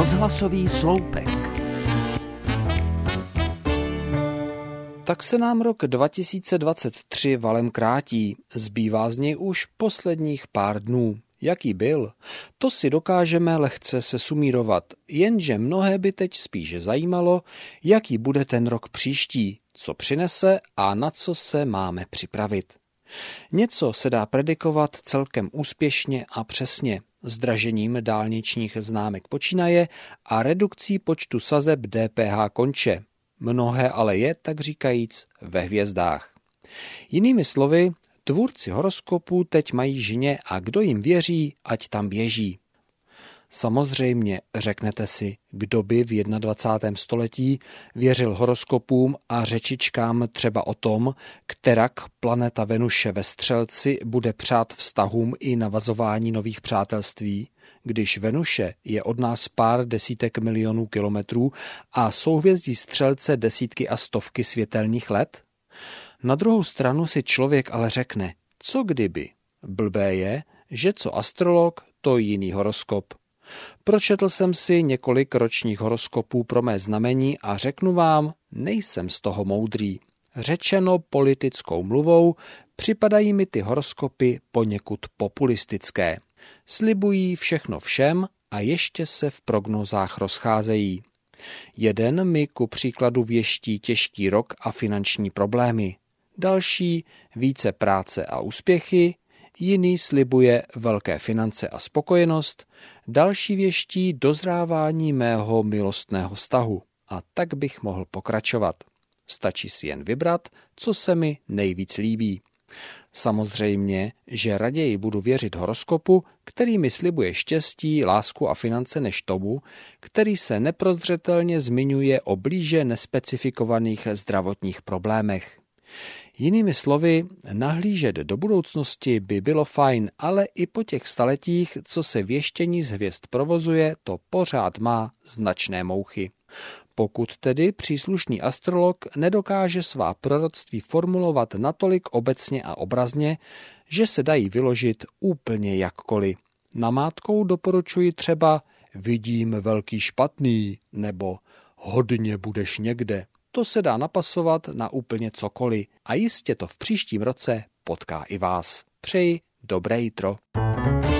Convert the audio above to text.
Rozhlasový sloupek. Tak se nám rok 2023 valem krátí. Zbývá z něj už posledních pár dnů. Jaký byl? To si dokážeme lehce sesumírovat, jenže mnohé by teď spíše zajímalo, jaký bude ten rok příští, co přinese a na co se máme připravit. Něco se dá predikovat celkem úspěšně a přesně. Zdražením dálničních známek počínaje a redukcí počtu sazeb DPH konče. Mnohé ale je, tak říkajíc, ve hvězdách. Jinými slovy, tvůrci horoskopů teď mají žně a kdo jim věří, ať tam běží. Samozřejmě, řeknete si, kdo by v 21. století věřil horoskopům a řečičkám třeba o tom, kterak planeta Venuše ve Střelci bude přát vztahům i navazování nových přátelství, když Venuše je od nás pár desítek milionů kilometrů a souhvězdí Střelce desítky a stovky světelných let? Na druhou stranu si člověk ale řekne, co kdyby? Blbé je, že co astrolog, to jiný horoskop. Pročetl jsem si několik ročních horoskopů pro mé znamení a řeknu vám, nejsem z toho moudrý. Řečeno politickou mluvou, připadají mi ty horoskopy poněkud populistické. Slibují všechno všem a ještě se v prognózách rozcházejí. Jeden mi ku příkladu věští těžký rok a finanční problémy. Další více práce a úspěchy, jiný slibuje velké finance a spokojenost, další věští dozrávání mého milostného vztahu. A tak bych mohl pokračovat. Stačí si jen vybrat, co se mi nejvíc líbí. Samozřejmě, že raději budu věřit horoskopu, který mi slibuje štěstí, lásku a finance, než tomu, který se neprozřetelně zmiňuje o blíže nespecifikovaných zdravotních problémech. Jinými slovy, nahlížet do budoucnosti by bylo fajn, ale i po těch staletích, co se věštění z hvězd provozuje, to pořád má značné mouchy. Pokud tedy příslušný astrolog nedokáže svá proroctví formulovat natolik obecně a obrazně, že se dají vyložit úplně jakkoliv. Namátkou doporučuji třeba vidím velký špatný nebo hodně budeš někde. To se dá napasovat na úplně cokoliv a jistě to v příštím roce potká i vás. Přeji dobré jitro.